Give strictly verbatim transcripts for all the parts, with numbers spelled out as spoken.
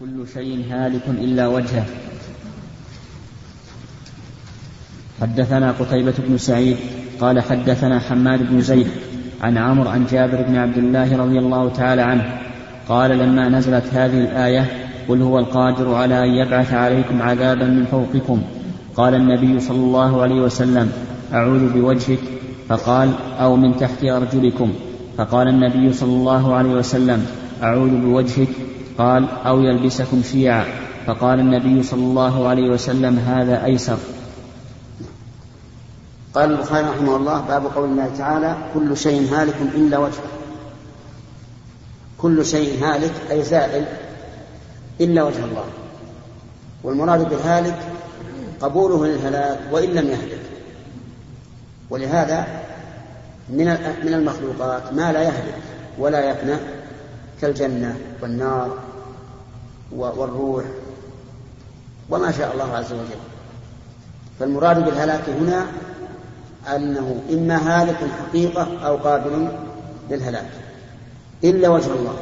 كل شيء هالك إلا وجهه. حدثنا قتيبة بن سعيد قال حدثنا حماد بن زيد عن عمرو عن جابر بن عبد الله رضي الله تعالى عنه قال لما نزلت هذه الآية قل هو القادر على أن يبعث عليكم عذابا من فوقكم قال النبي صلى الله عليه وسلم أعوذ بوجهك فقال أو من تحت أرجلكم فقال النبي صلى الله عليه وسلم أعوذ بوجهك قال أو يلبسكم شيعا فقال النبي صلى الله عليه وسلم هذا أيسر. قال البخاري رحمه الله باب قول الله تعالى كل شيء هالك إلا وجهه. كل شيء هالك أي زائل إلا وجه الله، والمراد بالهالك قبوله للهلاك وإن لم يهلك. ولهذا من المخلوقات ما لا يهلك ولا يفنى كالجنة والنار والروح وما شاء الله عز وجل. فالمراد بالهلاك هنا أنه إما هالك حقيقة أو قابل للهلاك إلا وجه الله.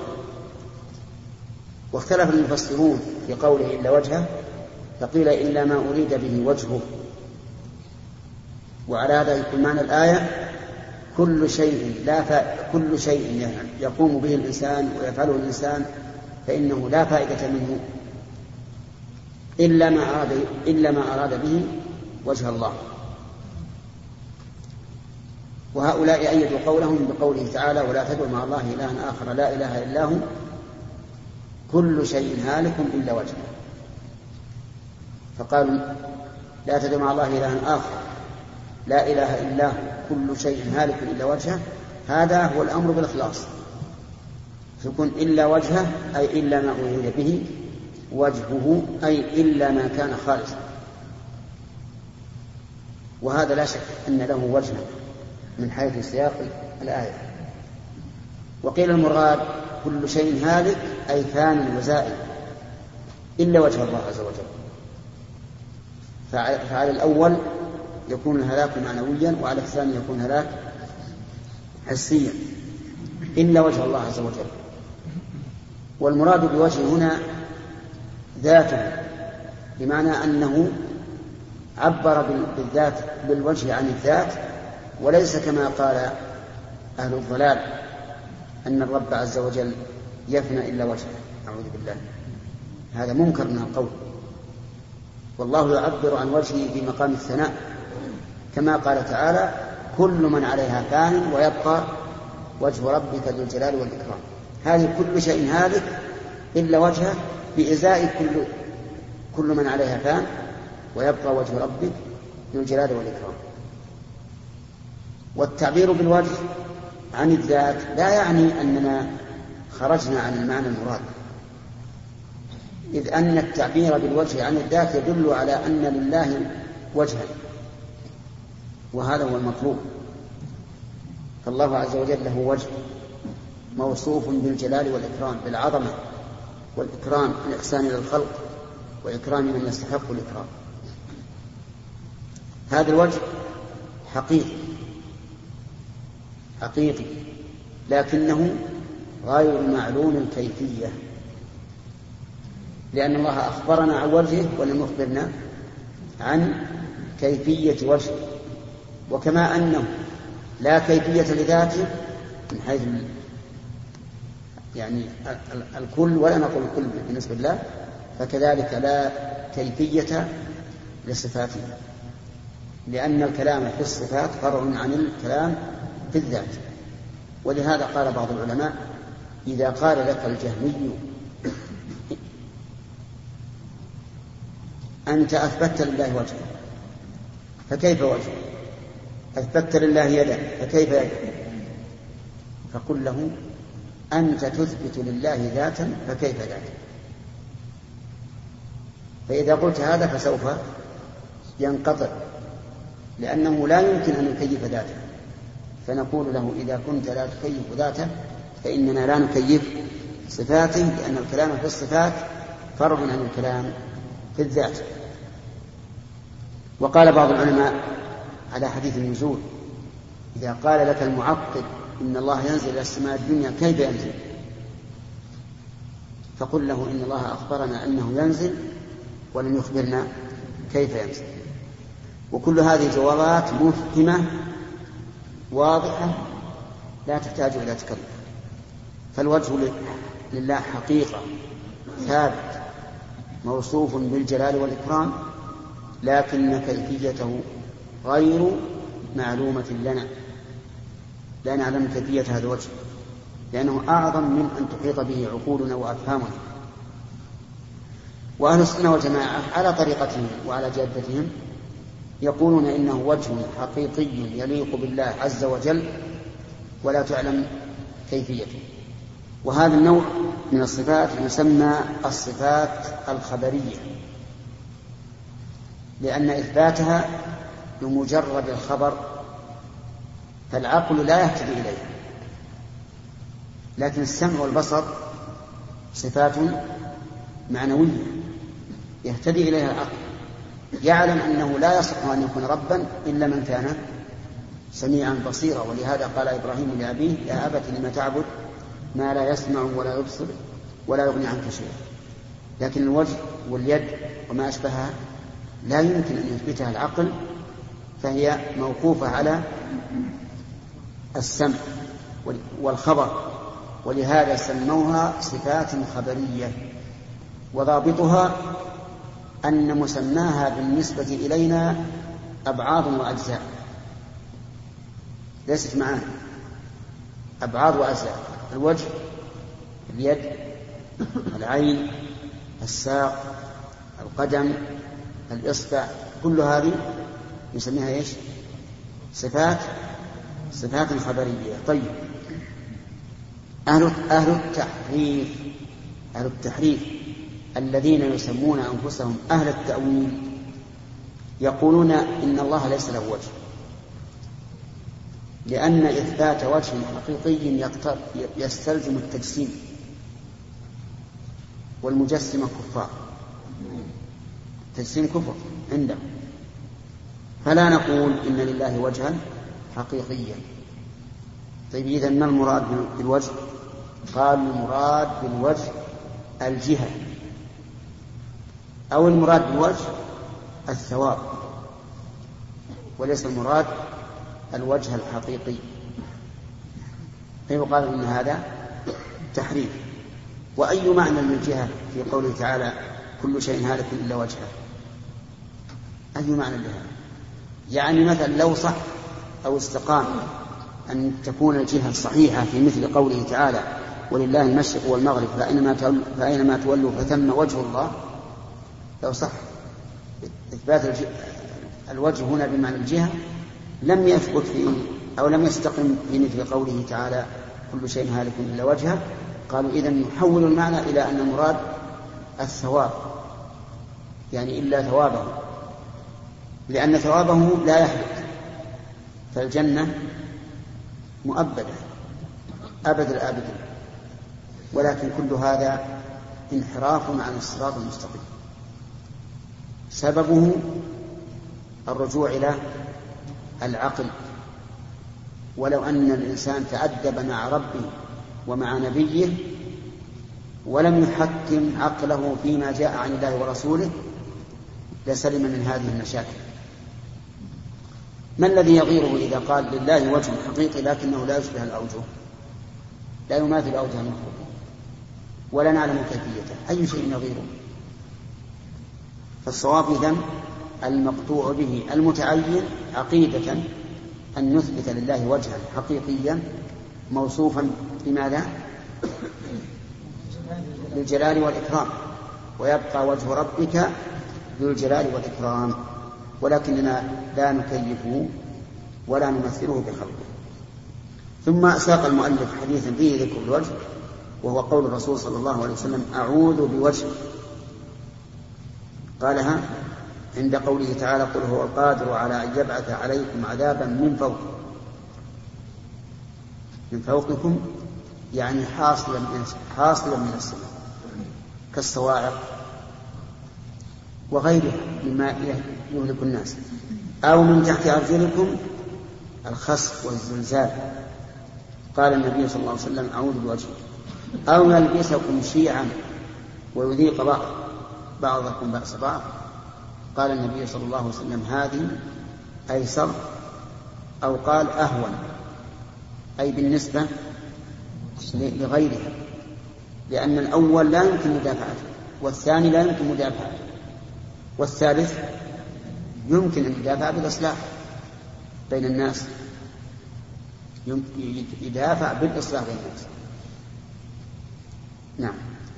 واختلف المفسرون في قوله إلا وجهه، فقيل إلا ما أريد به وجهه، وعلى هذا يكون معنى الآية كل شيء لا ف... كل شيء يقوم به الإنسان ويفعله الإنسان فإنه لا فائدة منه إلا ما أراد إلا ما أراد به وجه الله. وهؤلاء أيدوا قولهم بقوله تعالى ولا تدعوا مع الله إلها آخر لا إله إلا هو كل شيء هالك إلا وجهه. فقالوا لا تدعوا مع الله إلها آخر لا إله إلا هو كل شيء هالك إلا وجهه، هذا هو الأمر بالإخلاص. فيكون إلا وجهه أي إلا ما أريد به وجهه أي إلا ما كان خالصا، وهذا لا شك أن له وجها من حيث سياق الآية. وقيل المراد كل شيء هالك أي فان وزائل إلا وجه الله عز وجل. فعلى الأول يكون الهلاك معنويا وعلى الثاني يكون هلاك حسيا إلا وجه الله عز وجل. والمراد بوجه هنا ذاته، بمعنى أنه عبر بالذات بالوجه عن الذات، وليس كما قال أهل الضلال أن الرب عز وجل يفنى إلا وجهه، أعوذ بالله، هذا منكر من القول. والله يعبر عن وجهه في مقام الثناء كما قال تعالى كل من عليها فان ويبقى وجه ربك ذو الجلال والإكرام. هذه كل شيء هالك إلا وجهه بإزاء كل, كل من عليها فان ويبقى وجه ربك ذو الجلال والإكرام. والتعبير بالوجه عن الذات لا يعني أننا خرجنا عن المعنى المراد، إذ أن التعبير بالوجه عن الذات يدل على أن لله وجها، وهذا هو المطلوب. فالله عز وجل له وجه موصوف بالجلال والإكرام، بالعظمة والإكرام، الإحسان للخلق وإكرام من يستحق الإكرام. هذا الوجه حقيقي حقيقي لكنه غير معلوم الكيفية، لأن الله أخبرنا عن وجهه ولم يخبرنا عن كيفية وجهه. وكما أنه لا كيفية لذاته من حيث يعني الكل، ولا نقول الكل بالنسبة لله، فكذلك لا كيفية لصفاته، لأن الكلام في الصفات فرع عن الكلام في الذات. ولهذا قال بعض العلماء إذا قال لك الجهمي أنت أثبتت لله وجهه فكيف وجهه؟ أثبتت لله يدا فكيف يدا؟ فقل له أنت تثبت لله ذاتا فكيف ذاتا؟ فإذا قلت هذا فسوف ينقطع، لأنه لا يمكن أن يكيف ذاته. فنقول له إذا كنت لا تكيف ذاته فإننا لا نكيف صفاته، لأن الكلام في الصفات فرع عن الكلام في الذات. وقال بعض العلماء على حديث النزول إذا قال لك المعطل إن الله ينزل إلى السماء الدنيا كيف ينزل؟ فقل له إن الله أخبرنا أنه ينزل ولم يخبرنا كيف ينزل. وكل هذه جوابات مفهمة واضحة لا تحتاج إلى تكلف. فالوجه لله حقيقة ثابت موصوف بالجلال والإكرام، لكن كيفيته غير معلومة لنا، لا نعلم كيفية هذا الوجه لأنه أعظم من أن تحيط به عقولنا وأفهامنا. وأهل السنة والجماعة على طريقتهم وعلى جادتهم يقولون إنه وجه حقيقي يليق بالله عز وجل ولا تعلم كيفيته. وهذا النوع من الصفات يسمى الصفات الخبرية، لأن إثباتها بمجرد الخبر فالعقل لا يهتدي إليها، لكن السمع والبصر صفات معنوية يهتدي إليها العقل، يعلم أنه لا يصح أن يكون ربا إلا من كان سميعا بصيرا. ولهذا قال إبراهيم لأبيه يا أبت لم تعبد ما لا يسمع ولا يبصر ولا يغني عنك شيئا. لكن الوجه واليد وما أشبهها لا يمكن أن يثبتها العقل، فهي موقوفة على السمع والخبر، ولهذا سموها صفات خبرية. وضابطها أن مسماها بالنسبة إلينا أبعاض وأجزاء، ليست معانا أبعاض وأجزاء. الوجه، اليد، العين، الساق، القدم، الإصبع، كل هذه يسميها إيش؟ صفات صفات خبرية. طيب، أهل أهل التحريف أهل التحريف الذين يسمون أنفسهم أهل التأويل يقولون إن الله ليس له وجه، لأن إثبات وجه حقيقي يستلزم التجسيم، والمجسم كفار، تجسيم كفر عندهم، فلا نقول إن لله وجها حقيقيا. طيب، إذن ما المراد بالوجه؟ قال المراد بالوجه الجهة، أو المراد بالوجه الثواب، وليس المراد الوجه الحقيقي. فيقال إن هذا تحريف. وأي معنى للجهة في قوله تعالى كل شيء هالك إلا وجهه؟ أي معنى لها؟ يعني مثلا لو صح أو استقام أن تكون الجهة صحيحة في مثل قوله تعالى ولله المشرق والمغرب فأينما تولوا فثم وجه الله، لو صح إثبات الوجه هنا بمعنى الجهة لم يثبت فيه أو لم يستقم في مثل قوله تعالى كل شيء هالك إلا وجهه. قالوا إذن نحول المعنى إلى أن المراد الثواب، يعني إلا ثوابه، لأن ثوابه لا يحدث، فالجنة مؤبدة أبد الآبد. ولكن كل هذا انحراف عن الصراط المستقيم، سببه الرجوع إلى العقل. ولو أن الإنسان تأدب مع ربه ومع نبيه ولم يحكم عقله فيما جاء عن الله ورسوله لسلم من هذه المشاكل. ما الذي يغيره إذا قال لله وجه حقيقي لكنه لا يشبه الأوجه، لا يماثل أوجه المخلوقين ولا نعلم كيفيته؟ أي شيء يغيره؟ فالصواب إذن المقطوع به المتعين عقيدة أن نثبت لله وجها حقيقيا موصوفا بماذا؟ بالجلال والإكرام، ويبقى وجه ربك ذو الجلال والإكرام، ولكننا لا نكيفه ولا نمثله بخلقه. ثم ساق المؤلف حديثا فيه ذكر الوجه، وهو قول الرسول صلى الله عليه وسلم أعوذ بوجه، قالها عند قوله تعالى قل هو القادر على أن يبعث عليكم عذابا من فوق من فوقكم، يعني حاصلا من, حاصلا من السماء كالصواعق وغيرها مما يهلك الناس، أو من تحت أرجلكم الخسف والزلزال. قال النبي صلى الله عليه وسلم أعوذ بوجهه، أو يلبسكم شيعا ويذيق بعض بعضكم بأس بعض، قال النبي صلى الله عليه وسلم هذه أيسر، أو قال أهون، أي بالنسبة لغيرها، لأن الأول لا يمكن مدافعته، والثاني لا يمكن مدافعته، والثالث يمكن المدافعة بالإصلاح بين الناس، يدافع بالإصلاح بين الناس. نعم.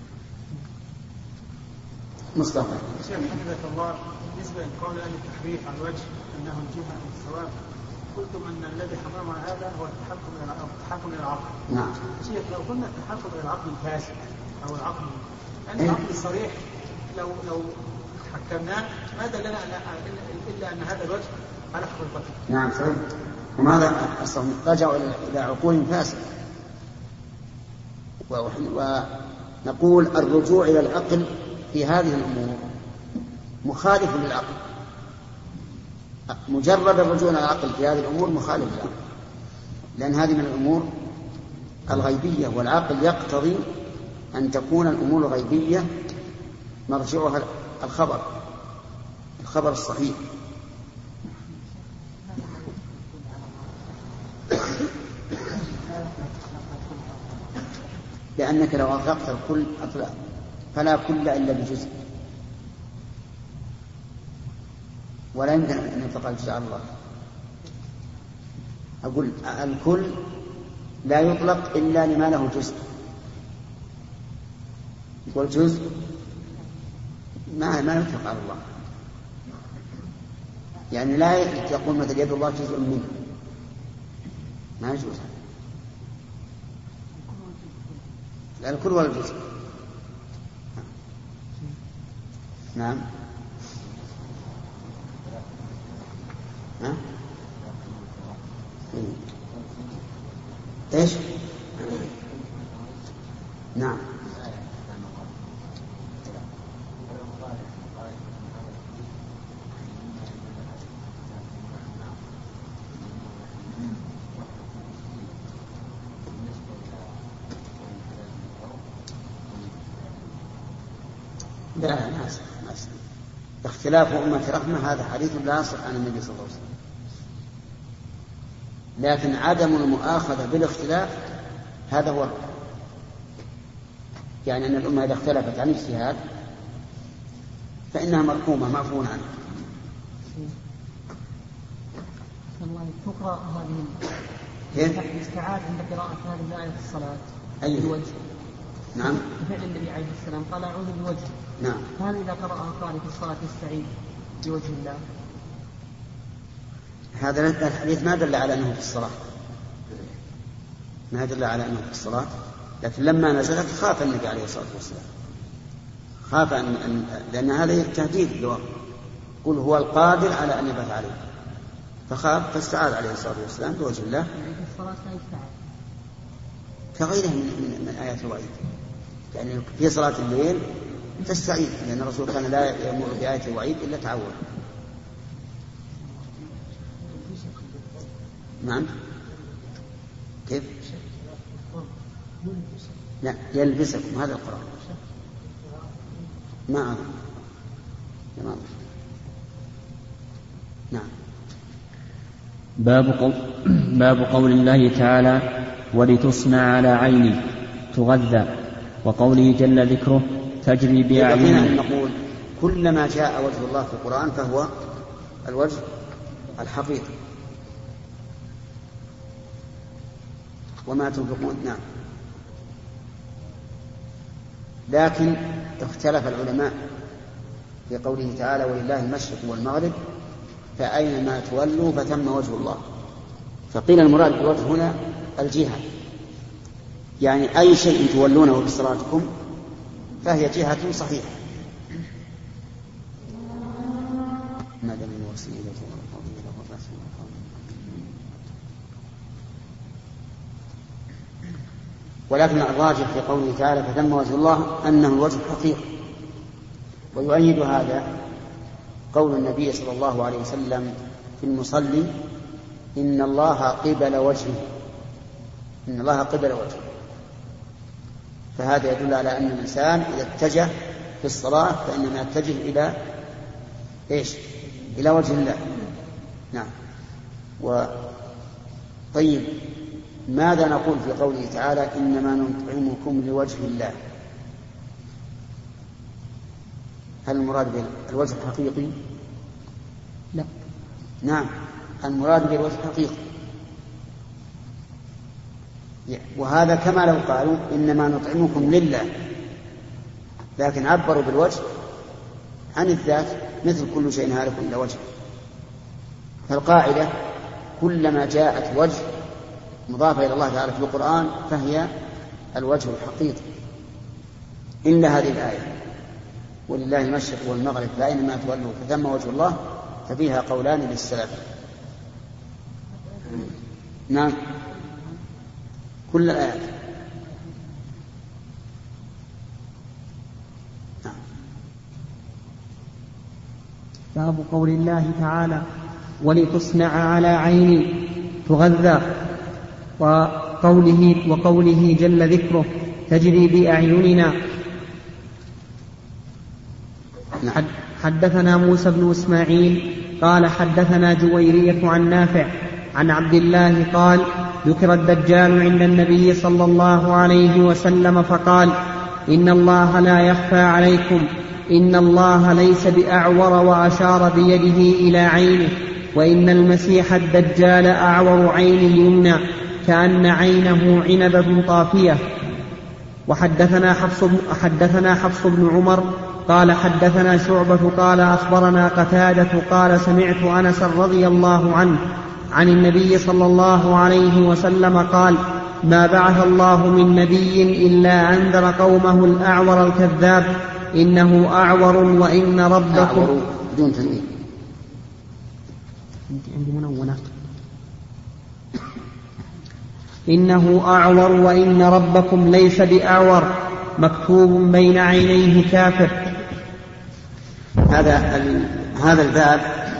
مصطفى. شيخ حفظك الله، بالنسبة لقول أهل التحريف عن وجه أنه الجهة الثواب، قلتم أن الذي حرم هذا هو التحكم التحكم إلى العقل. نعم. شيخ لو قلنا التحكم إلى العقل الفاسد أو العقل أن العقل الصريح لو لو حكمناه ما دلنا إلا أن هذا الوجه على حقيقته. نعم صحيح. وماذا أصلا رجعوا إلى عقول فاسدة، ونقول الرجوع إلى العقل في هذه الأمور مخالف للعقل، مجرد الرجوع إلى العقل في هذه الأمور مخالف للعقل، لأن هذه من الأمور الغيبية، والعقل يقتضي أن تكون الأمور الغيبية مرجعها الخبر الخبر الصحيح. لأنك لو أطلقت الكل أطلق فلا كل إلا بجزء، ولا يمكن أن يطلق الجزء على الله. أقول الكل لا يطلق إلا لما له جزء، والجزء ما ما يطلق على الله، يعني لا تقول مثل يد الله جزء منه، ما يجوز. لا الكل ولا الجزء. نعم. ها؟ ايش؟ نعم. لا ناس ناس اختلاف أمة رحمة، هذا حديث لا يصح عن النبي صلى الله عليه وسلم، لكن عدم المؤاخذة بالاختلاف هذا هو، يعني أن الأمة إذا اختلفت عن اجتهاد فإنها مرحومة معفو عنها. الله تقرأ هذه الاستعاذة عند قراءة هذه الآية في الصلاة أيه؟ بالوجه. نعم. فعل النبي عليه السلام قال أعوذ بوجهه. نعم. هذا إذا قرأها قارئ في الصلاة يستعيذ بوجه الله. هذا الحديث ما دل على أنه في الصلاة، ما دل على أنه في الصلاة، لكن لما نزلت خاف النبي عليه الصلاة والسلام، خاف أن لأن هذا تهديد له، قل هو القادر على أن يبعث عليه، فخاف فاستعاذ عليه الصلاة والسلام بوجه الله. يعني في الصلاة لا يستعاذ كغيرها من, من, من آيات الوعيد، يعني في صلاة الليل تستعيذ، لأن الرسول كان لا يمر بآية الوعيد إلا تعوذ. نعم. كيف؟ لا يلبسكم، هذا القرآن ما أظن ما أظن. نعم. باب قول, باب قول الله تعالى ولتصنع على عيني تغذى، وقوله جل ذكره تجري بأعيننا. نقول كلما جاء وجه الله في القرآن فهو الوجه الحقيقي، وما تنفقون. نعم. لكن اختلف العلماء في قوله تعالى ولله المشرق والمغرب فأينما تولوا فثم وجه الله، فقيل المراد بالوجه هنا الجهة، يعني أي شيء تولونه بصلاتكم فهي جهة صحيحة. ماذا من وسيلة ولكن الراجح في قوله تعالى فثم وجه الله أنه الوجه الحقيقي، ويؤيد هذا قول النبي صلى الله عليه وسلم في المصلي إن الله قبل وجهه، إن الله قبل وجهه، فهذا يدل على أن الإنسان إذا اتجه في الصلاة فإنما يتجه إلى إيش؟ إلى وجه الله. نعم. و طيب ماذا نقول في قوله تعالى إنما نطعمكم لوجه الله؟ هل المراد بالوجه الحقيقي؟ لا. نعم المراد بالوجه الحقيقي، وهذا كما لو قالوا إنما نطعمكم لله، لكن عبروا بالوجه عن الذات مثل كل شيء هالك إلا وجهه. فالقاعدة كلما جاءت وجه مضافة إلى الله تعالى في القرآن فهي الوجه الحقيقي إلا هذه الآية ولله المشرق والمغرب فأينما تولوا فثم وجه الله، ففيها قولان للسلف. نعم كل الآيات. نعم. باب قول الله تعالى ولتصنع على عيني تغذى، وقوله, وقوله جل ذكره تجري بأعيننا. نعم. حدثنا موسى بن إسماعيل قال حدثنا جويرية عن نافع عن عبد الله قال ذكر الدجال عند النبي صلى الله عليه وسلم فقال إن الله لا يخفى عليكم، إن الله ليس بأعور، وأشار بيده إلى عينه، وإن المسيح الدجال أعور عين اليمنى كأن عينه عنبة طافية. وحدثنا حفص بن, حدثنا حفص بن عمر قال حدثنا شعبة قال أخبرنا قتادة قال سمعت أنس رضي الله عنه عن النبي صلى الله عليه وسلم قال ما بعث الله من نبي إلا أنذر قومه الأعور الكذاب إنه أعور وإن ربكم بدون تنوين عندي منونة إنه أعور وإن ربكم ليس بأعور مكتوب بين عينيه كافر. هذا هذا الباب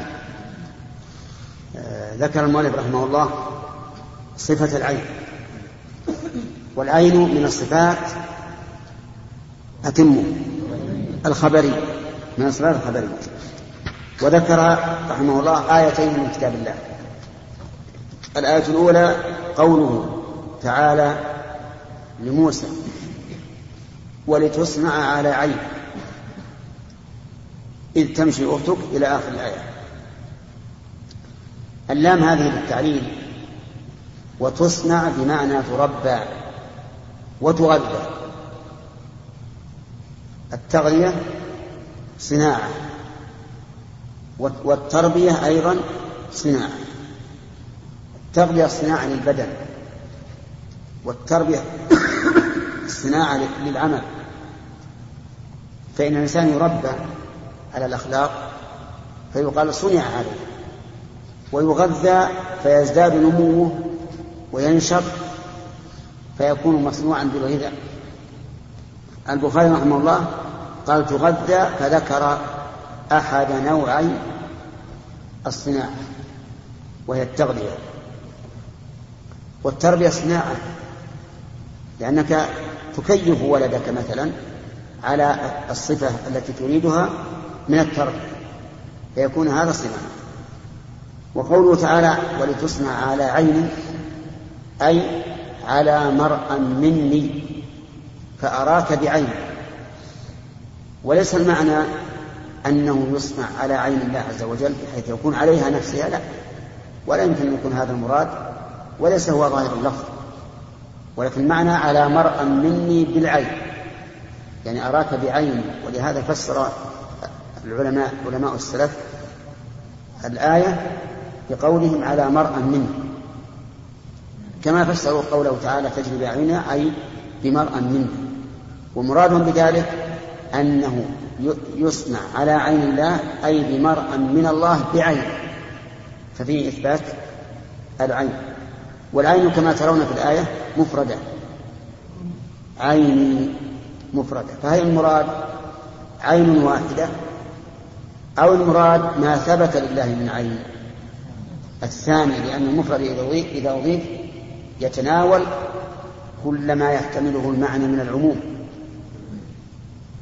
ذكر المؤلف رحمه الله صفة العين، والعين من الصفات أتم الخبري من الصفات الخبرية. وذكر رحمه الله آيتين من كتاب الله. الآية الأولى قوله تعالى لموسى ولتصنع على عين إذ تمشي أختك إلى آخر الآية. اللام هذه للتعليل، وتصنع بمعنى تربى وتغذى. التغذية صناعة، والتربية أيضا صناعة. التغذية صناعة للبدن، والتربية صناعة للعمل. فإن الإنسان يربى على الأخلاق فيقال صنع عليه، ويغذى فيزداد نموه وينشط فيكون مصنوعا بالغذاء. البخاري رحمه الله قال تغذى فذكر أحد نوعي الصناعة وهي التغذية. والتربية صناعة، لأنك تكيف ولدك مثلا على الصفة التي تريدها من التربية فيكون هذا صناعة. وقوله تعالى ولتصنع على عيني أي على مرأى مني فأراك بعيني، وليس المعنى أنه يصنع على عين الله عز وجل بحيث يكون عليها نفسها، لا، ولا يمكن أن يكون هذا المراد، وليس هو ظاهر اللفظ، ولكن معنى على مرأى مني بالعين، يعني أراك بعيني. ولهذا فسر العلماء علماء السلف الآية بقولهم على مرأى مني، كما فسروا قوله تعالى تجري بأعيننا أي بمرأى مني. ومرادهم بذلك أنه يصنع على عين الله أي بمرأى من الله بعين، ففيه إثبات العين. والعين كما ترون في الآية مفردة، عيني مفردة، فهي المراد عين واحدة أو المراد ما ثبت لله من عين. الثاني لأن المفرد إذا أضيف يتناول كل ما يحتمله المعنى من العموم،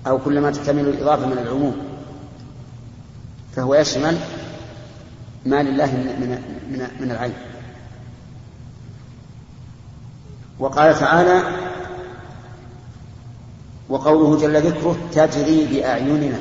أو كلما تحتمل الإضافة من العموم، فهو يشمل ما لله من, من, من العين. وقال تعالى: وقوله جل ذكره: تجري بأعيننا.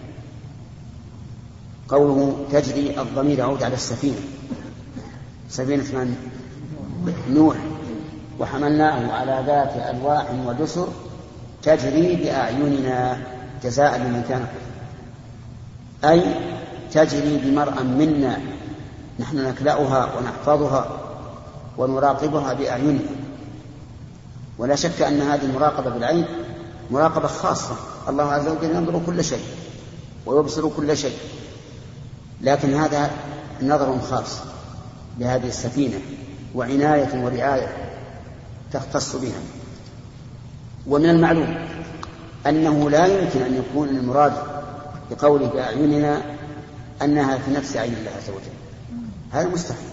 قوله تجري الضمير يعود على السفينة، سفينة من؟ نوح. وحملناه على ذات ألواح ودسر تجري بأعيننا جزاء لمن كان كفر، أي تجري بمرأ منا، نحن نكلأها ونحفظها ونراقبها بأعيننا. ولا شك أن هذه المراقبة بالعين مراقبة خاصة، الله عز وجل ينظر كل شيء ويبصر كل شيء، لكن هذا نظر خاص لهذه السفينة وعناية ورعاية تختص بها. ومن المعلوم أنه لا يمكن أن يكون المراد بقوله بأعيننا أنها في نفس عين الله عز وجل، هذا مستحيل.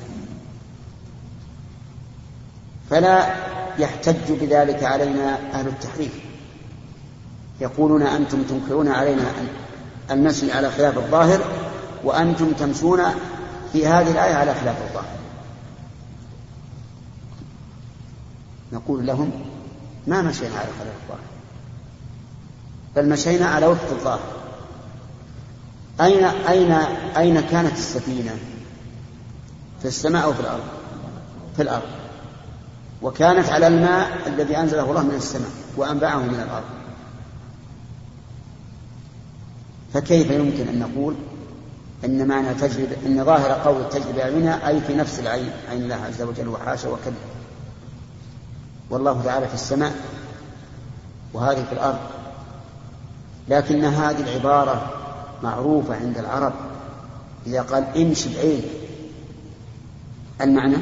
فلا يحتج بذلك علينا أهل التحريف، يقولون أنتم تنكرون علينا المشي على خلاف الظاهر وأنتم تمشون في هذه الآية على خلاف الظاهر. نقول لهم: ما مشينا على خلاف الظاهر، بل مشينا على وفق الظاهر. أين, أين, أين كانت السفينة؟ في السماء أو في الأرض؟ في الأرض. وكانت على الماء الذي أنزله الله من السماء وأنبعه من الأرض. فكيف يمكن أن نقول إن معنى تجري، إن ظاهر قول تجري بأعيننا أي في نفس العين، عين الله عز وجل، وحاشا وكذب. والله تعالى في السماء وهذه في الأرض. لكن هذه العبارة معروفة عند العرب، إذا قال امشي بعين، المعنى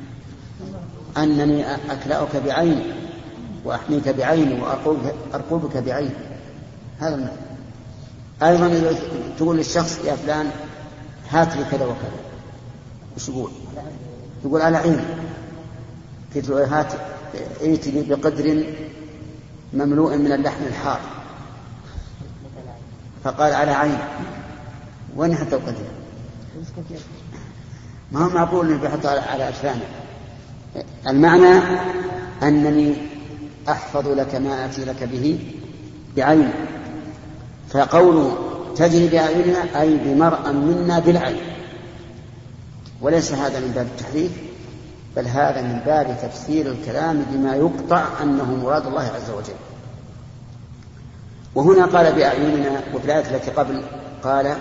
أنني أكلأك بعين وأحميك بعين وأرقبك بعين، هذا المعنى. أيضا تقول للشخص: يا فلان هات لي كذا وكذا، وش يقول؟ يقول على عين. قلت له: هات ائت لي بقدر مملوء من اللحم الحار، فقال على عين. وين حتى القدر؟ ما هو معقول انه بيحط على أجفانه. المعنى أنني أحفظ لك ما أتي لك به بعين. فقوله تجري بأعيننا أي بمرأ منا بالعين، وليس هذا من باب التحريف، بل هذا من باب تفسير الكلام بما يقطع أنه مراد الله عز وجل. وهنا قال بأعيننا، وفي الآية التي قبل قال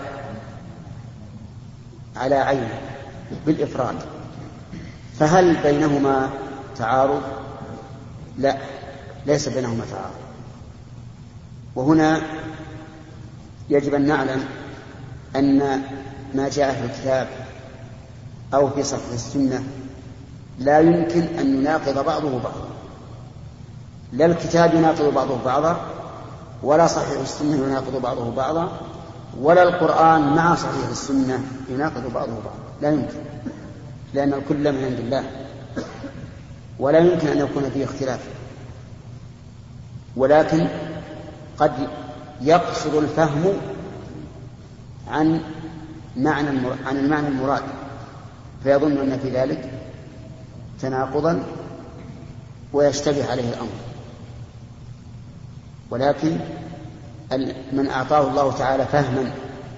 على عين بالإفراد. فهل بينهما تعارض؟ لا، ليس بينهما تعارض. وهنا يجب أن نعلم أن ما جاء في الكتاب أو في صحيح السنة لا يمكن أن يناقض بعضه بعضا، لا الكتاب يناقض بعضه بعضا، ولا صحيح السنة يناقض بعضه بعضا، ولا القرآن مع صحيح السنة يناقض بعضه بعضا، لا يمكن، لأن الكل من عند الله، ولا يمكن أن يكون فيه اختلاف. ولكن قد يقصر الفهم عن معنى عن المعنى المراد، فيظن أن في ذلك تناقضا ويشتبه عليه الأمر. ولكن من أعطاه الله تعالى فهما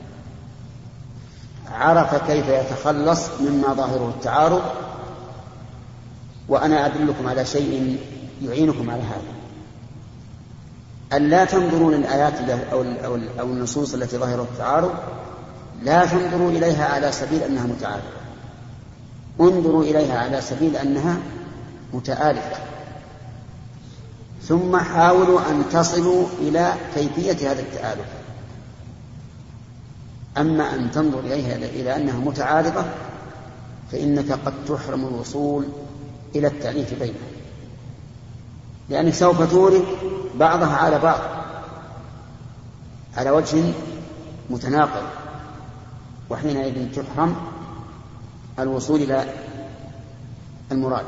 عرف كيف يتخلص مما ظاهره التعارض. وأنا أدلكم على شيء يعينكم على هذا: أن لا تنظروا للآيات أو, أو, أو النصوص التي ظاهرها التعارض، لا تنظروا إليها على سبيل أنها متعارضة، انظروا إليها على سبيل أنها متآلفة، ثم حاولوا أن تصلوا إلى كيفية هذا التآلف. أما أن تنظر إليها إلى أنها متعارضة فإنك قد تحرم الوصول إلى التأليف بينها، لأنك سوف تورد بعضها على بعض على وجه متناقض، وحينئذ تحرم الوصول إلى المراد.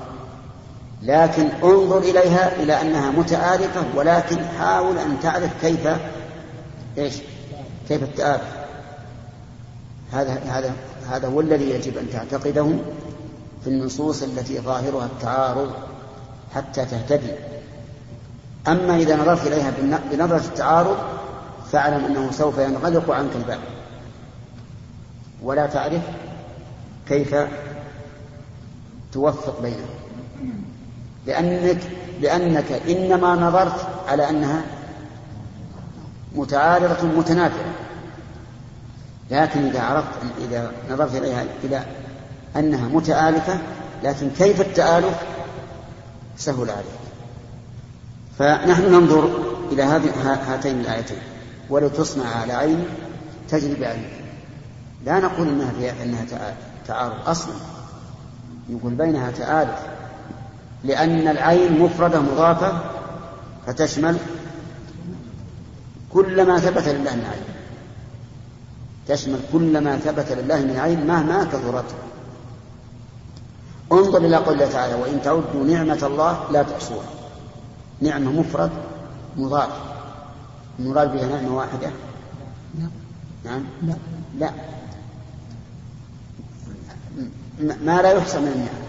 لكن انظر إليها إلى أنها متآلفة، ولكن حاول أن تعرف كيف إيش؟ كيف التآلف؟ هذا هذا هذا هو الذي يجب أن تعتقده في النصوص التي ظاهرها التعارض حتى تهتدي. أما إذا نظرت إليها بنظرة التعارض فاعلم أنه سوف ينغلق عنك الباب ولا تعرف كيف توفق بينهم، لأنك, لأنك إنما نظرت على أنها متعارضة متنافرة. لكن إذا عرفت إذا نظرت إليها إلى أنها متآلفة لكن كيف التآلف سهل عليك. فنحن ننظر إلى هاتين الآيتين ولو تصنع على عين تجري بعينك، لا نقول إنها فيها إنها تعارض أصلا، يقول بينها تآلف، لأن العين مفردة مضافة فتشمل كل ما ثبت لله من عين، تشمل كل ما ثبت لله من عين مهما كثرت. انظر إلى قول الله تعالى وإن تعدوا نعمة الله لا تحصوها. نعمة مفرد مضاف، المراد بها نعمة واحدة؟ نعم لا لا ما لا يحصى من النعم.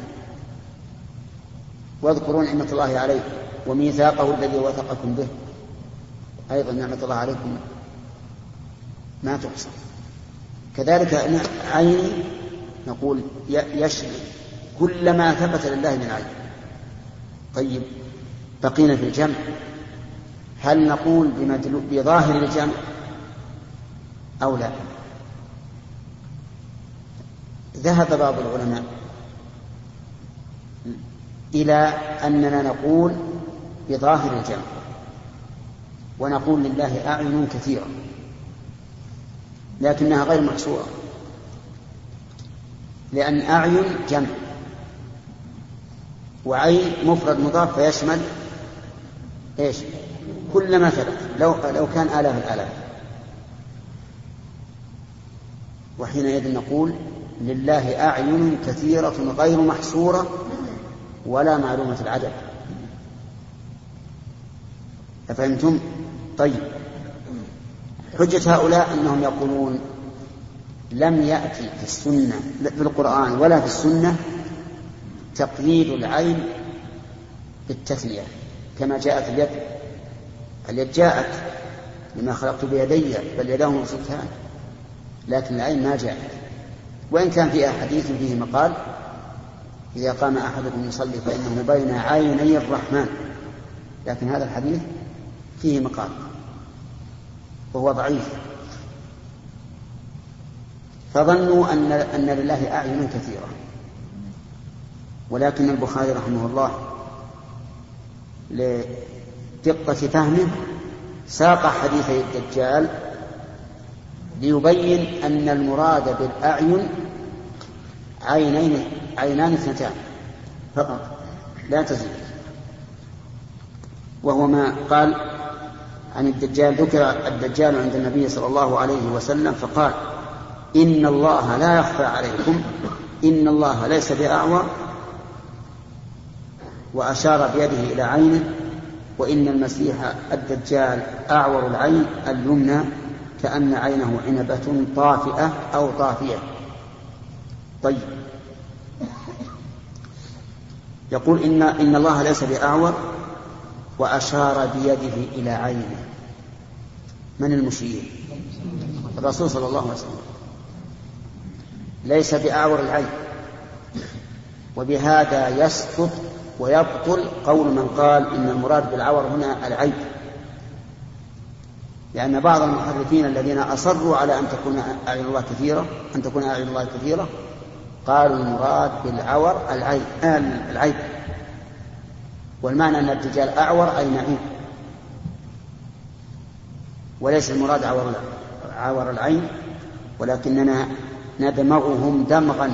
واذكروا نعمة الله عليكم وميثاقه الذي وثقكم به، أيضا نعمة الله عليكم ما تحصى. كذلك عيني نقول يشمل كل ما ثبت لله من عين. طيب بقينا في الجمع، هل نقول بظاهر الجمع أو لا؟ ذهب بعض العلماء إلى أننا نقول بظاهر الجمع، ونقول لله أعين كثيرة لكنها غير محصورة، لأن أعين جمع وعين مفرد مضاف فيشمل إيش؟ كل ما ثبت لو, لو كان آلاف الآلاف. وحينئذ نقول لله أعين كثيرة غير محصورة ولا معلومة العدد. أفهمتم؟ طيب حجة هؤلاء أنهم يقولون لم يأتي في السنة في القرآن ولا في السنة تقييد العين بالتثنية كما جاءت اليد. اليد جاءت لما خلقت بيدي بل يداه مبسوطتان، لكن العين ما جاءت، وإن كان فيها حديث فيه مقال إذا قام أحدكم يصلي فإنه بين عيني الرحمن، لكن هذا الحديث فيه مقال وهو ضعيف. فظنوا أن, أن لله أعين كثيرة، ولكن البخاري رحمه الله لدقة فهمه ساق حديثي الدجال ليبين أن المراد بالأعين عينين عينان اثنتان فقط لا تزيد. وهو ما قال عن الدجال، ذكر الدجال عند النبي صلى الله عليه وسلم فقال إن الله لا يخفى عليكم إن الله ليس بأعور، وأشار بيده إلى عينه، وإن المسيح الدجال أعور العين اليمنى كأن عينه عنبة طافئة أو طافية. طيب يقول إن, إن الله ليس بأعور وأشار بيده إلى عينه. من المشير؟ الرسول صلى الله عليه وسلم. ليس بأعور العين، وبهذا يسقط ويبطل قول من قال إن المراد بالعور هنا العين، لأن بعض المحرفين الذين أصروا على أن تكون أعين الله كثيرة أن تكون أعين الله كثيرة قالوا المراد بالعور العين العين والمعنى أن الدجال أعور أي نعيم، وليس المراد عور عور العين، ولكننا ندمغهم دمغا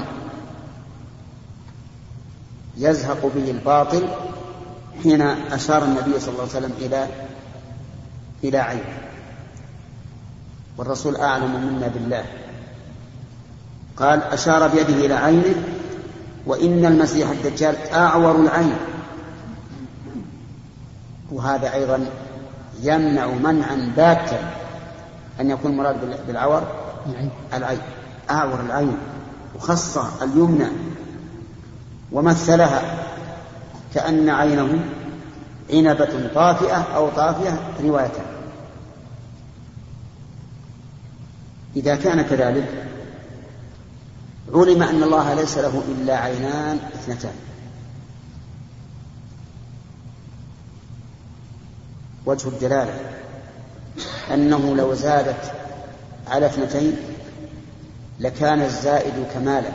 يزهق به الباطل حين أشار النبي صلى الله عليه وسلم إلى إلى عين. والرسول أعلم منا بالله، قال أشار بيده إلى عينه وإن المسيح الدجال أعور العين، وهذا أيضا يمنع منعا باتا أن يكون المراد بالعور العين، أعور العين، وخص اليمنى ومثلها كأن عينه عنبة طافئة أو طافية رواية. إذا كان كذلك علم أن الله ليس له إلا عينان اثنتان. وجه الدلالة أنه لو زادت على اثنتين لكان الزائد كمالا،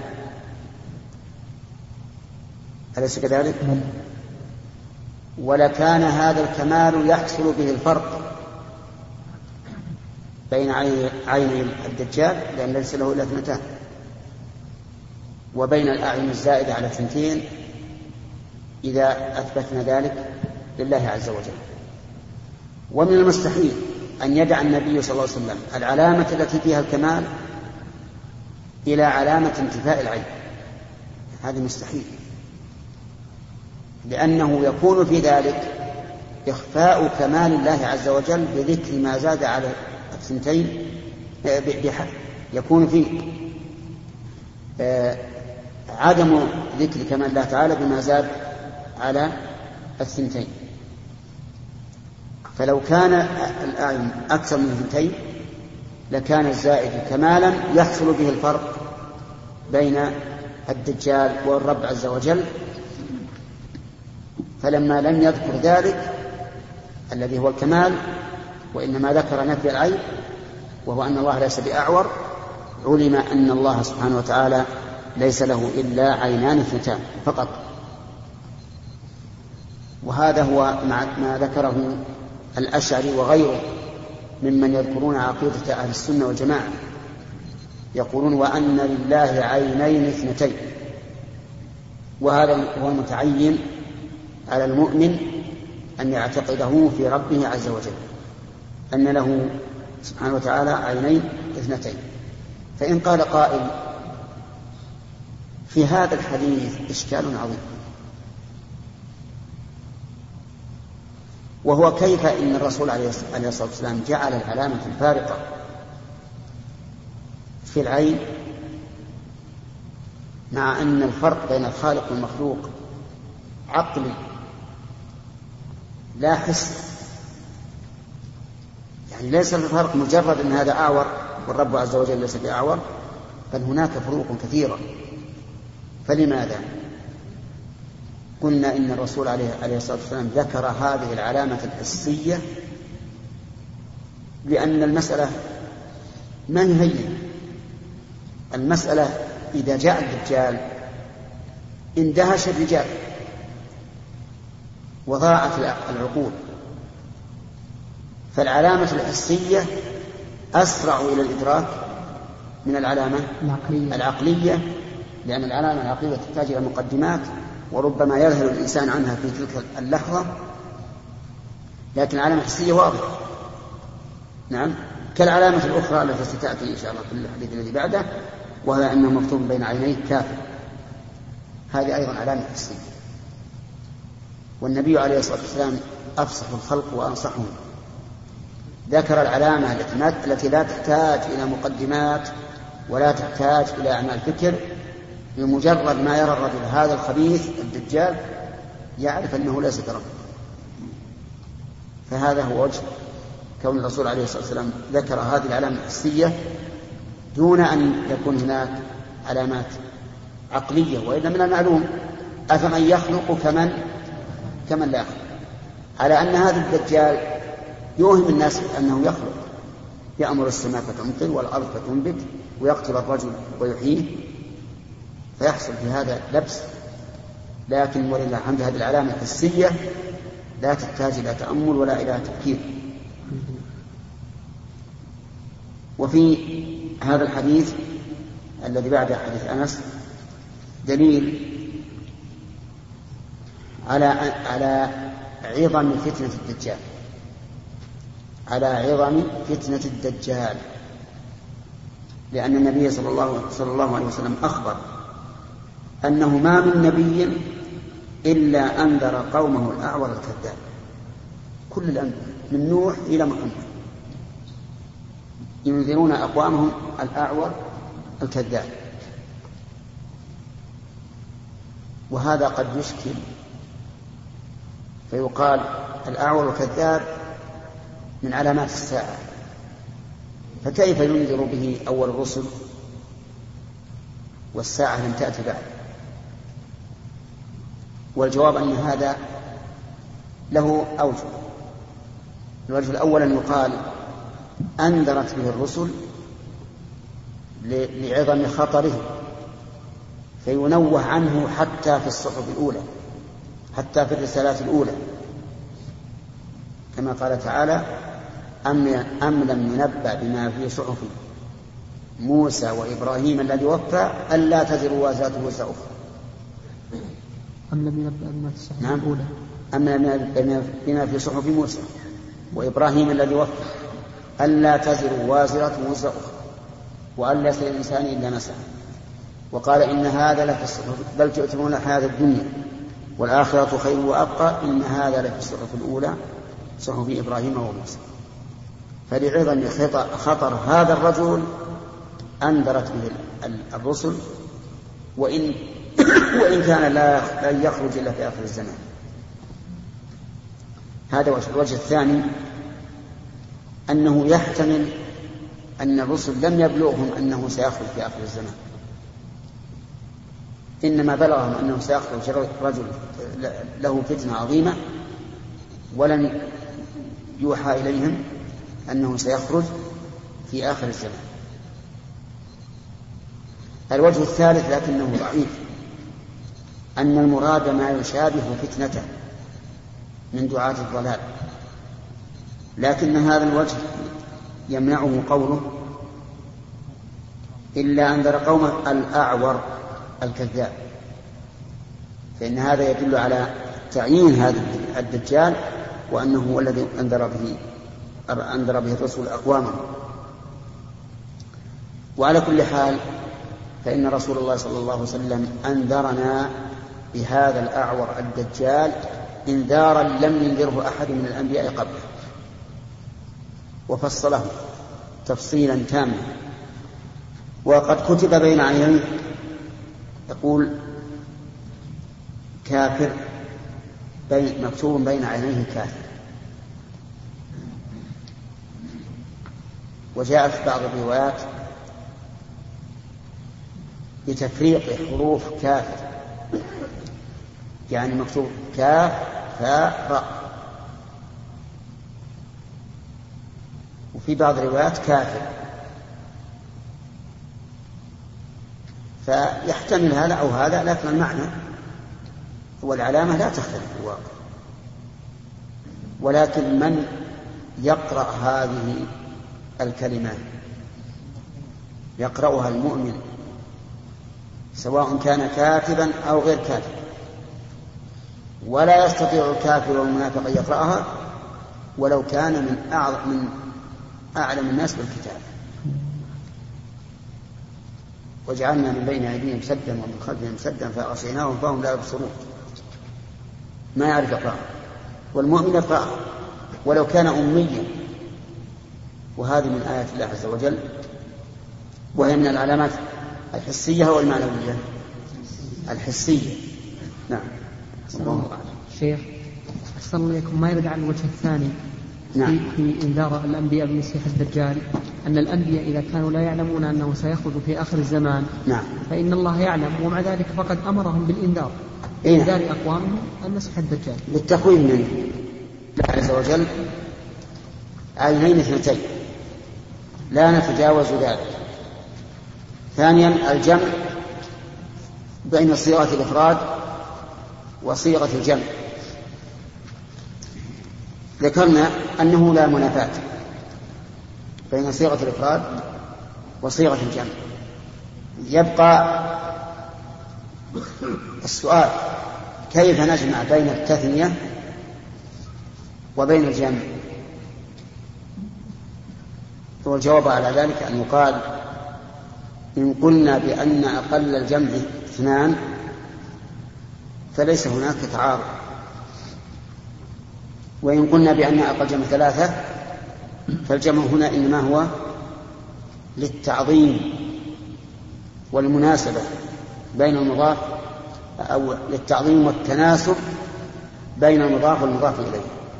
أليس كذلك؟ ولكان هذا الكمال يحصل به الفرق بين عيني الدجال لأن ليس له إلا اثنتان، وبين الأعين الزائدة على اثنتين إذا أثبتنا ذلك لله عز وجل. ومن المستحيل أن يدع النبي صلى الله عليه وسلم العلامة التي فيها الكمال إلى علامة انتفاء العين، هذا مستحيل، لأنه يكون في ذلك إخفاء كمال الله عز وجل بذكر ما زاد على الثنتين، يكون فيه عدم ذكر كمال الله تعالى بما زاد على الثنتين. فلو كان الأعين أكثر من اثنتين لكان الزائد كمالا يحصل به الفرق بين الدجال والرب عز وجل. فلما لم يذكر ذلك الذي هو الكمال وإنما ذكر نفي العين وهو أن الله ليس بأعور، علم أن الله سبحانه وتعالى ليس له إلا عينان اثنتان فقط. وهذا هو ما ذكره الأشعري وغيره ممن يذكرون عقيدة أهل السنة والجماعة، يقولون وأن لله عينين اثنتين. وهذا هو المتعين على المؤمن أن يعتقده في ربه عز وجل أن له سبحانه وتعالى عينين اثنتين. فإن قال قائل في هذا الحديث إشكال عظيم، وهو كيف إن الرسول عليه الصلاة والسلام جعل العلامة الفارقة في العين مع أن الفرق بين الخالق والمخلوق عقلي لا حس، يعني ليس الفرق مجرد أن هذا أعور والرب عز وجل ليس بأعور، بل هناك فروق كثيرة. فلماذا قلنا إن الرسول عليه الصلاة والسلام ذكر هذه العلامة الحسية؟ لأن المسألة ما هي هينة. المسألة إذا جاء الدجال اندهش الرجال وضاعت العقول، فالعلامة الحسية أسرع إلى الإدراك من العلامة العقلية, العقلية لأن العلامة العقلية تحتاج إلى مقدمات وربما يذهل الإنسان عنها في تلك اللحظة، لكن العلامة الحسية واضحة. نعم، كالعلامة الأخرى التي ستأتي إن شاء الله في الحديث الذي بعده، وهي أنه مكتوب بين عينيه كافر، هذه أيضا علامة حسية. والنبي عليه الصلاة والسلام أفصح الخلق وأنصحهم، ذكر العلامة التي لا تحتاج إلى مقدمات ولا تحتاج إلى أعمال فكر، بمجرد ما يرى الرجل هذا الخبيث الدجال يعرف أنه ليس برب. فهذا هو وجه كون الرسول عليه الصلاة والسلام ذكر هذه العلامة الحسية دون أن يكون هناك علامات عقلية. وإلا من المعلوم أفمن يخلق كمن كمن لا يخلق، على أن هذا الدجال يوهم الناس أنه يخلق، يأمر السماء فتمطر والأرض فتنبت ويقتل الرجل ويحييه، فيحصل في هذا لبس. لكن ولله الحمد هذه العلامة الحسية لا تحتاج إلى تأمل ولا إلى تفكير. وفي هذا الحديث الذي بعد حديث أنس دليل على على عظم فتنة الدجال، على عظم فتنة الدجال، لأن النبي صلى الله, صلى الله عليه وسلم أخبر أنه ما من نبي إلا أنذر قومه الأعور الكذاب، كل الأنبياء من نوح إلى محمد ينذرون أقوامهم الأعور الكذاب. وهذا قد يشكل، فيقال الأعور الكذاب من علامات الساعة، فكيف ينذر به أول الرسل والساعة لم تأتي بعد؟ والجواب أن هذا له أوجه. الوجه الأول أن يقال أنذرت به الرسل لعظم خطره، فينوه عنه حتى في الصحف الأولى، حتى في الرسالات الأولى، كما قال تعالى: أم لم ينبأ بما في صحف موسى وإبراهيم الذي وفى ألا تزر وازرة وزر أخرى. أم لم ينبأ بما في الصحف نعم. الأولى أم لم ينبأ بما في صحف موسى وإبراهيم الذي وفى ألا تزر وازرة وزر أخرى وأن ليس للإنسان إلا ما سعى. وقال: إن هذا لفي الصحف بل تؤثرون الحياة الدنيا والآخرة خير وأبقى إن هذا لفي الصحف الأولى صحف إبراهيم وموسى. فلعظم خطر هذا الرجل أنذرت به الرسل، وإن وإن كان لا يخرج إلا في آخر الزمان. هذا وجه. الوجه الثاني أنه يحتمل أن الرسل لم يبلغهم أنه سيخرج في آخر الزمان، إنما بلغهم أنه سيخرج رجل له فتنة عظيمة، ولن يوحى إليهم أنه سيخرج في آخر الزمان. الوجه الثالث لكنه ضعيف، أن المراد ما يشابه فتنته من دعاة الضلال، لكن هذا الوجه يمنعه قوله إلا أنذر قومه الأعور الكذاب، فإن هذا يدل على تعيين هذا الدجال وأنه هو الذي أنذر به أنذر به الرسول أقوامه. وعلى كل حال فإن رسول الله صلى الله عليه وسلم أنذرنا بهذا الأعور الدجال إنذارا لم ينذره أحد من الأنبياء قبله، وفصله تفصيلا تاما. وقد كتب بين عينيه يقول كافر، بين مكتوب بين عينيه كافر. وجاء في بعض الروايات بتفريق حروف كافر، يعني مكتوب كاف فاء راء، وفي بعض الروايات كافر، فيحتمل هذا أو هذا، لكن المعنى والعلامة لا تختلف في الواقع. ولكن من يقرأ هذه الكلمات يقرأها المؤمن سواء كان كاتبا أو غير كاتب، ولا يستطيع الكافر والمنافق أن يقرأها ولو كان من أعظم من أعلم الناس بالكتاب. وجعلنا من بين أيديهم سدا ومن خلفهم سدا فأغشيناهم فهم لا يبصرون، ما يعرف يقرأها، والمؤمن يقرأها ولو كان أميا. وهذه من آيات الله عز وجل، وهي من العلامات الحسية والمعنوية. الحسية نعم. شيخ أحسن الله إليكم، ما يرد عن الوجه الثاني نعم. في إنذار الأنبياء بالمسيح الدجال، أن الأنبياء إذا كانوا لا يعلمون أنه سيخرج في آخر الزمان نعم. فإن الله يعلم، ومع ذلك فقد أمرهم بالإنذار إنذار أقوامهم المسيح الدجال للتخويف منه الله عز وجل. عينين اثنتين لا نتجاوز ذلك. ثانيا الجمع بين صيغة الإفراد وصيغة الجمع. ذكرنا أنه لا منافاة بين صيغة الإفراد وصيغة الجمع. يبقى السؤال كيف نجمع بين التثنية وبين الجمع؟ والجواب على ذلك أن يقال إن قلنا بأن أقل الجمع اثنان فليس هناك تعارض، وإن قلنا بأن أقل الجمع ثلاثة فالجمع هنا إنما هو للتعظيم والمناسبة بين المضاف أو للتعظيم والتناسب بين المضاف والمضاف إليه،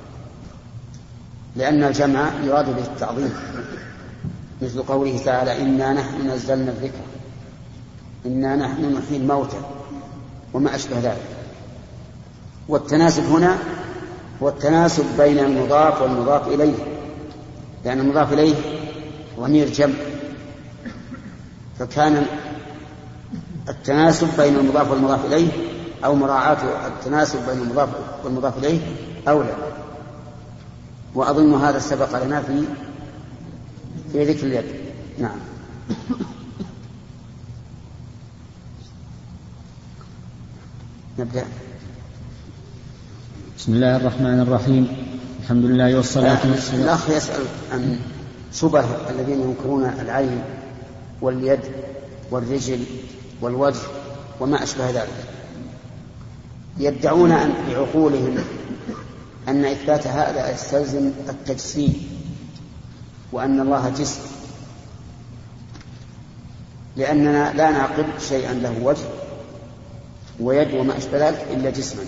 لأن الجمع يراد به التعظيم، مثل قوله تعالى إنا نحن نزلنا الذكر، إنا نحن نحيي الموتى وما أشبه ذلك. والتناسب هنا هو التناسب بين المضاف والمضاف إليه، لأن المضاف إليه ضمير جمع، فكان التناسب بين المضاف والمضاف إليه أو مراعاة التناسب بين المضاف والمضاف إليه أولى. وأظن هذا سبق لنا في في ذكر اليد. نعم. نبدأ. بسم الله الرحمن الرحيم. الحمد لله والصلاة والسلام. الأخ يسأل عن شبه الذين ينكرون العين واليد والرجل والوجه وما أشبه ذلك، يدعون أن بعقولهم أن إثبات هذا يستلزم التجسيم، وأن الله جسم، لأننا لا نعقل شيئا له وجه ويد وما أشبه ذلك إلا جسما.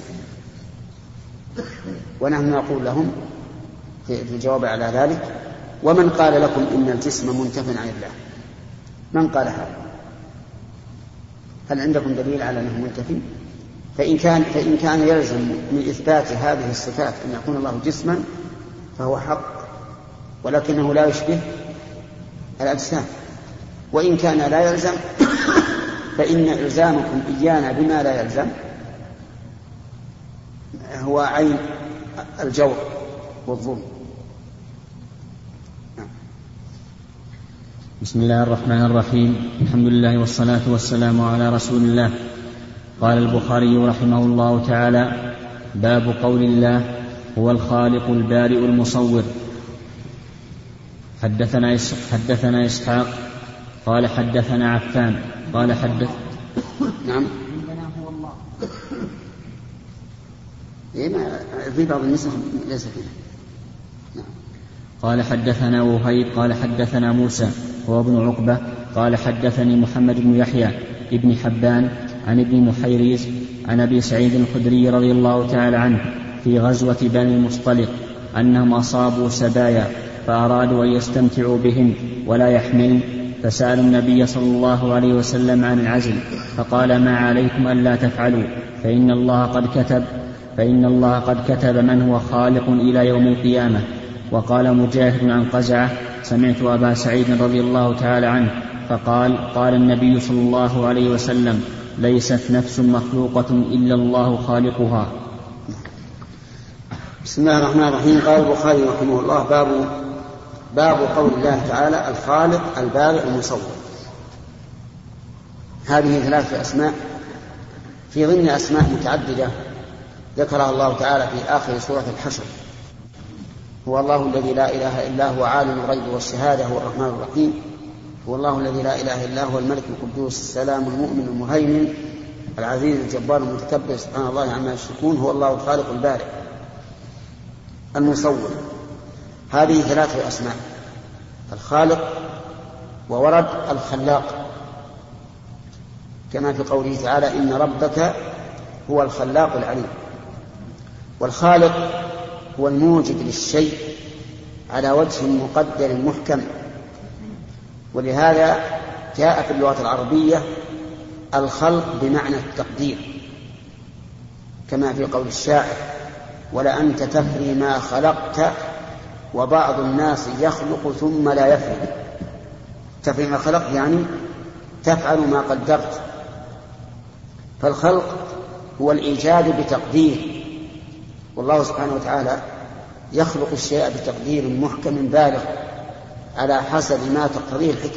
ونحن نقول لهم في الجواب على ذلك: ومن قال لكم إن الجسم منتف عن الله؟ من قال هذا؟ هل عندكم دليل على أنه منتفي؟ فإن كان, فإن كان يلزم من إثبات هذه الصفات أن يكون الله جسما فهو حق، ولكنه لا يشبه الأجسام. وإن كان لا يلزم فإن إلزامكم إيانا بما لا يلزم هو عين الجور والظلم. بسم الله الرحمن الرحيم. الحمد لله والصلاة والسلام على رسول الله. قال البخاري رحمه الله تعالى: باب قول الله هو الخالق البارئ المصور. حدثنا حدثنا إسحاق قال حدثنا عفان قال حدث نعم هو الله في بعض النسخ ليس فيه. نعم. قال حدثنا وهيب قال حدثنا موسى هو ابن عقبة قال حدثني محمد بن يحيى ابن حبان عن ابن محيريز عن أبي سعيد الخدري رضي الله تعالى عنه في غزوة بني المصطلق أنهم أصابوا سبايا فأرادوا أن يستمتعوا بهم ولا يحملن، فسألوا النبي صلى الله عليه وسلم عن العزل فقال: ما عليكم ألا تفعلوا فإن الله قد كتب فإن الله قد كتب من هو خالق إلى يوم القيامة. وقال مجاهد عن قزعة: سمعت أبا سعيد رضي الله تعالى عنه فقال: قال النبي صلى الله عليه وسلم: ليست نفس مخلوقة إلا الله خالقها. بسم الله الرحمن الرحيم. قال البخاري رحمه الله: باب باب قول الله تعالى: الخالق البارئ المصور. هذه ثلاثة أسماء في ضمن أسماء متعددة ذكرها الله تعالى في آخر سورة الحشر. هو الله الذي لا إله إلا هو عالم الغيب والشهادة هو الرحمن الرحيم. هو الله الذي لا إله إلا هو الملك القدوس السلام المؤمن المهيمن العزيز الجبار المتكبر سبحان الله عما يشركون. هو الله الخالق البارئ المصور. هذه ثلاثة أسماء: الخالق، وورد الخلاق كما في قوله تعالى: إن ربك هو الخلاق العليم. والخالق هو الموجد للشيء على وجه مقدر محكم، ولهذا جاء في اللغة العربية الخلق بمعنى التقدير، كما في قول الشاعر: ولأنت تفري ما خلقت وبعض الناس يخلق ثم لا يفري. تفري ما خلقت يعني تفعل ما قدرت. فالخلق هو الإيجاد بتقدير، والله سبحانه وتعالى يخلق الشيء بتقدير محكم بالغ على حسب ما تقتضيه الحكمة.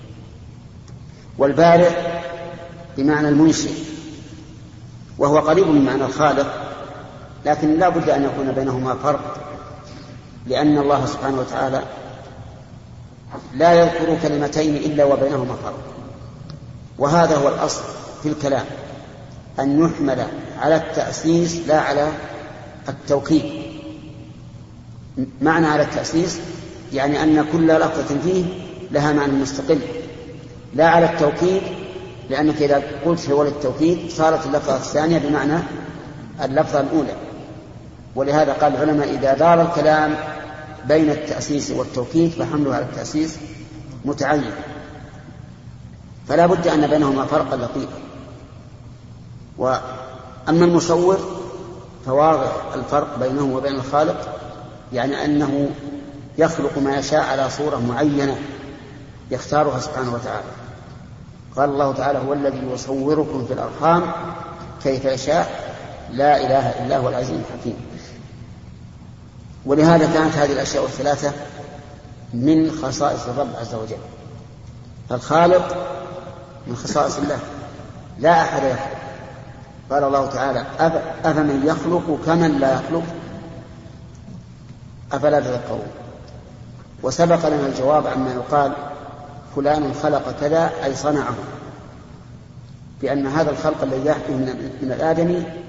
والبارئ بمعنى المنشئ، وهو قريب من معنى الخالق، لكن لا بد أن يكون بينهما فرق، لأن الله سبحانه وتعالى لا يذكر كلمتين إلا وبينهما فرق. وهذا هو الأصل في الكلام، أن يحمل على التأسيس لا على التوكيد. معنى على التأسيس يعني أن كل لفظة فيه لها معنى مستقل، لا على التوكيد، لأنك إذا قلت في ولد التوكيد صارت اللفظة الثانية بمعنى اللفظة الأولى. ولهذا قال العلماء إذا دار الكلام بين التأسيس والتوكيد فحمله على التأسيس متعين، فلا بد أن بينهما فرقا لطيفا. وأما المصور فواضح الفرق بينه وبين الخالق، يعني أنه يخلق ما يشاء على صورة معينة يختارها سبحانه وتعالى. قال الله تعالى هو الذي يصوركم في الأرحام كيف يشاء لا إله إلا هو العزيز الحكيم. ولهذا كانت هذه الأشياء الثلاثة من خصائص الرب عز وجل. فالخالق من خصائص الله لا أحد يخلق. قال الله تعالى أفمن يخلق كمن لا يخلق أفلا تذكرون. وسبق لنا الجواب عما يقال فلان خلق كذا أي صنعه، بأن هذا الخلق الذي يحكم من الآدمي